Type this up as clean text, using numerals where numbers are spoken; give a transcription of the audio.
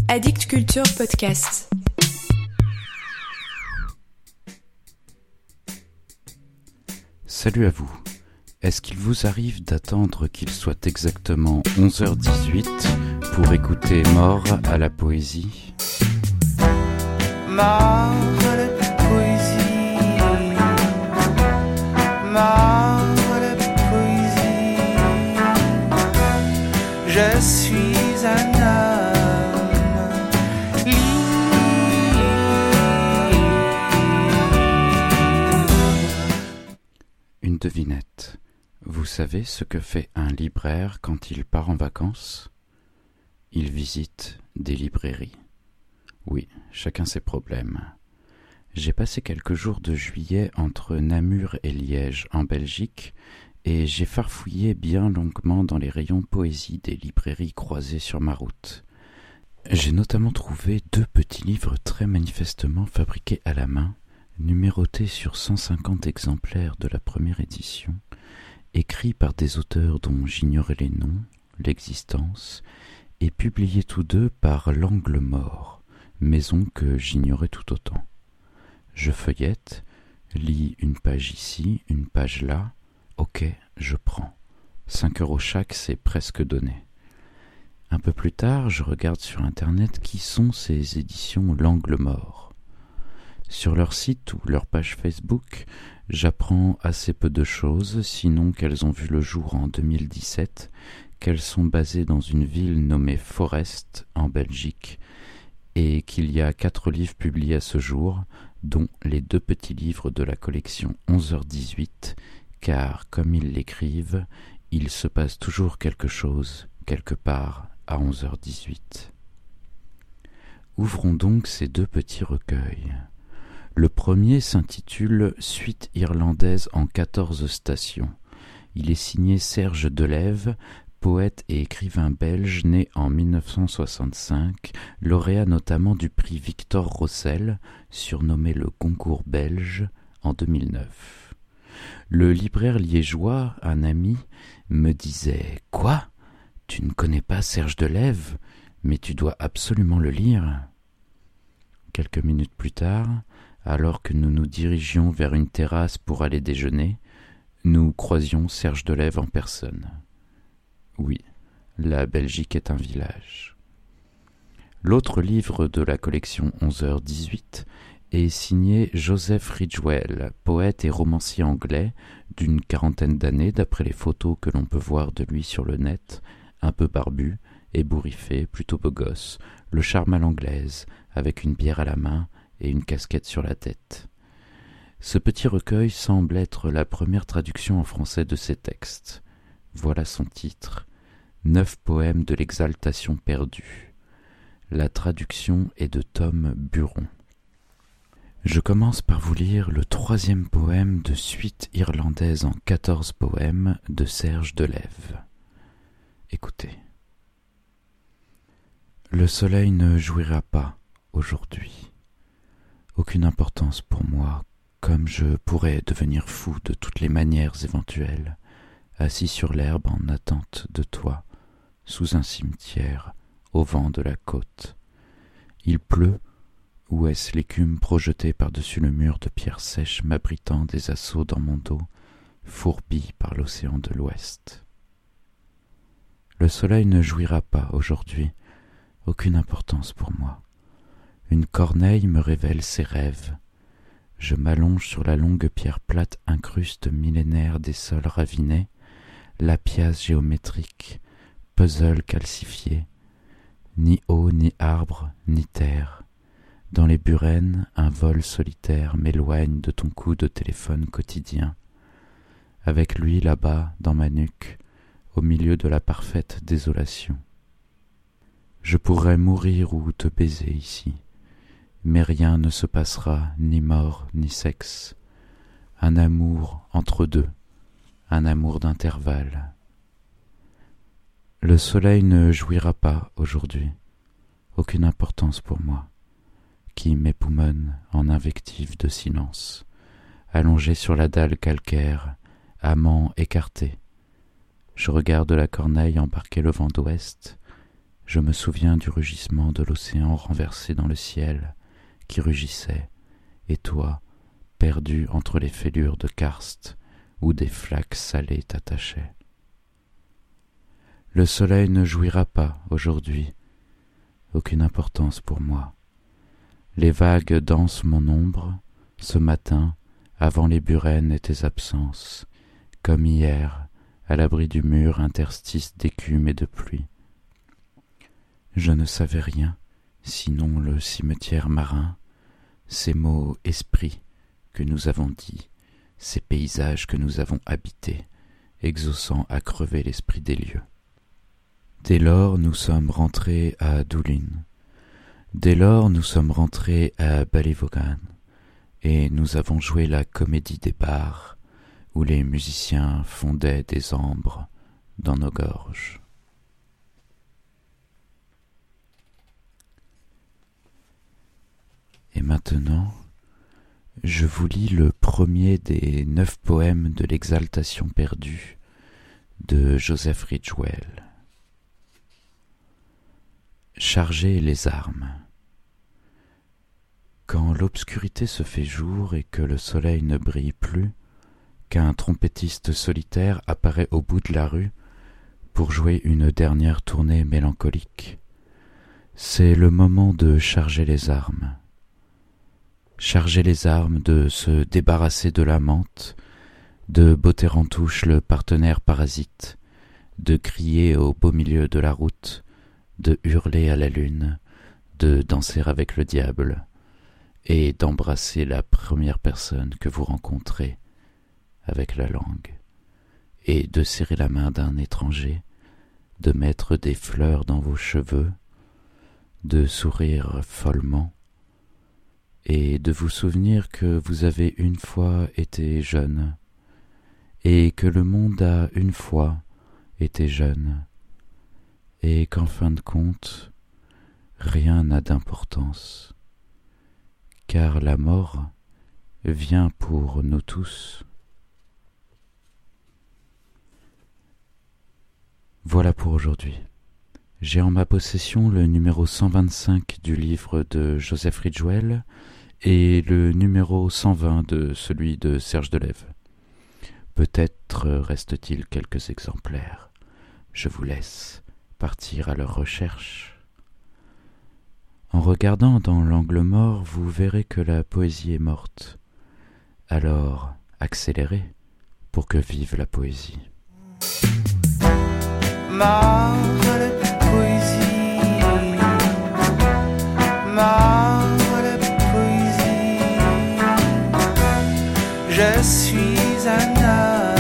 Addict Culture Podcast. Salut à vous. Est-ce qu'il vous arrive d'attendre qu'il soit exactement 11h18 pour écouter Mort à la poésie ? Mort à la poésie, mort à la poésie. Je suis un homme libre. Une devinette. Vous savez ce que fait un libraire quand il part en vacances ? Il visite des librairies. Oui, chacun ses problèmes. J'ai passé quelques jours de juillet entre Namur et Liège en Belgique et j'ai farfouillé bien longuement dans les rayons poésie des librairies croisées sur ma route. J'ai notamment trouvé 2 petits livres très manifestement fabriqués à la main, numérotés sur 150 exemplaires de la première édition, écrits par des auteurs dont j'ignorais les noms, l'existence, et publiés tous 2 par l'Angle Mort, maison que j'ignorais tout autant. Je feuillette, lis une page ici, une page là, ok, je prends. 5 € chaque, c'est presque donné. Un peu plus tard, je regarde sur internet qui sont ces éditions l'Angle Mort. Sur leur site ou leur page Facebook, j'apprends assez peu de choses, sinon qu'elles ont vu le jour en 2017, qu'elles sont basées dans une ville nommée Forest, en Belgique, et qu'il y a 4 livres publiés à ce jour, dont les 2 petits livres de la collection 11h18, car, comme ils l'écrivent, il se passe toujours quelque chose, quelque part, à 11h18. Ouvrons donc ces 2 petits recueils. Le premier s'intitule « Suite irlandaise en 14 stations ». Il est signé Serge Delève, poète et écrivain belge né en 1965, lauréat notamment du prix Victor Rossel, surnommé le Goncourt belge, en 2009. Le libraire liégeois, un ami, me disait « Quoi ? Tu ne connais pas Serge Delève, mais tu dois absolument le lire !» Quelques minutes plus tard, alors que nous nous dirigions vers une terrasse pour aller déjeuner, nous croisions Serge Delève en personne. Oui, la Belgique est un village. L'autre livre de la collection 11h18 est signé Joseph Ridgwell, poète et romancier anglais d'une 40aine d'années d'après les photos que l'on peut voir de lui sur le net, un peu barbu, ébouriffé, plutôt beau gosse, le charme à l'anglaise, avec une bière à la main et une casquette sur la tête. Ce petit recueil semble être la première traduction en français de ses textes. Voilà son titre, 9 poèmes de l'exaltation perdue. La traduction est de Tom Buron. Je commence par vous lire le 3e poème de Suite irlandaise en 14 poèmes de Serge Delève. Écoutez. Le soleil ne jouira pas aujourd'hui. Aucune importance pour moi, comme je pourrais devenir fou de toutes les manières éventuelles, assis sur l'herbe en attente de toi, sous un cimetière, au vent de la côte. Il pleut, ou est-ce l'écume projetée par-dessus le mur de pierres sèches m'abritant des assauts dans mon dos, fourbi par l'océan de l'Ouest. Le soleil ne jouira pas aujourd'hui, aucune importance pour moi. Une corneille me révèle ses rêves. Je m'allonge sur la longue pierre plate incruste millénaire des sols ravinés, lapiaz géométrique, puzzle calcifié, ni eau, ni arbre, ni terre. Dans les burennes, un vol solitaire m'éloigne de ton coup de téléphone quotidien. Avec lui là-bas, dans ma nuque, au milieu de la parfaite désolation. Je pourrais mourir ou te baiser ici, mais rien ne se passera, ni mort, ni sexe. Un amour entre deux, un amour d'intervalle. Le soleil ne jouira pas aujourd'hui, aucune importance pour moi, qui m'époumonne en invective de silence, allongé sur la dalle calcaire, amant écarté. Je regarde la corneille embarquer le vent d'ouest, Je me souviens du rugissement de l'océan renversé dans le ciel, qui rugissait, et toi, perdu entre les fêlures de karst, où des flaques salées t'attachaient. Le soleil ne jouira pas aujourd'hui, aucune importance pour moi. Les vagues dansent mon ombre, ce matin, avant les burennes et tes absences, comme hier, à l'abri du mur interstice d'écume et de pluie. Je ne savais rien, sinon le cimetière marin, ces mots esprits que nous avons dits, ces paysages que nous avons habités, exaucant à crever l'esprit des lieux. Dès lors, nous sommes rentrés à Doulin. Dès lors, nous sommes rentrés à Ballyvaughan, et nous avons joué la comédie des bars, où les musiciens fondaient des ambres dans nos gorges. Et maintenant, je vous lis le premier des 9 poèmes de l'Exaltation perdue de Joseph Ridgwell. Chargez les armes. Quand l'obscurité se fait jour et que le soleil ne brille plus, qu'un trompettiste solitaire apparaît au bout de la rue pour jouer une dernière tournée mélancolique, c'est le moment de charger les armes. Charger les armes, de se débarrasser de la menthe, de botter en touche le partenaire parasite, de crier au beau milieu de la route, de hurler à la lune, de danser avec le diable, et d'embrasser la première personne que vous rencontrez avec la langue, et de serrer la main d'un étranger, de mettre des fleurs dans vos cheveux, de sourire follement, et de vous souvenir que vous avez une fois été jeune, et que le monde a une fois été jeune, et qu'en fin de compte, rien n'a d'importance, car la mort vient pour nous tous. Voilà pour aujourd'hui. J'ai en ma possession le numéro 125 du livre de Joseph Ridgwell et le numéro 120 de celui de Serge Delève. Peut-être reste-t-il quelques exemplaires. Je vous laisse partir à leur recherche. En regardant dans l'angle mort, vous verrez que la poésie est morte. Alors, accélérez pour que vive la poésie. Mort de poésie, mort de poésie. Je suis un homme.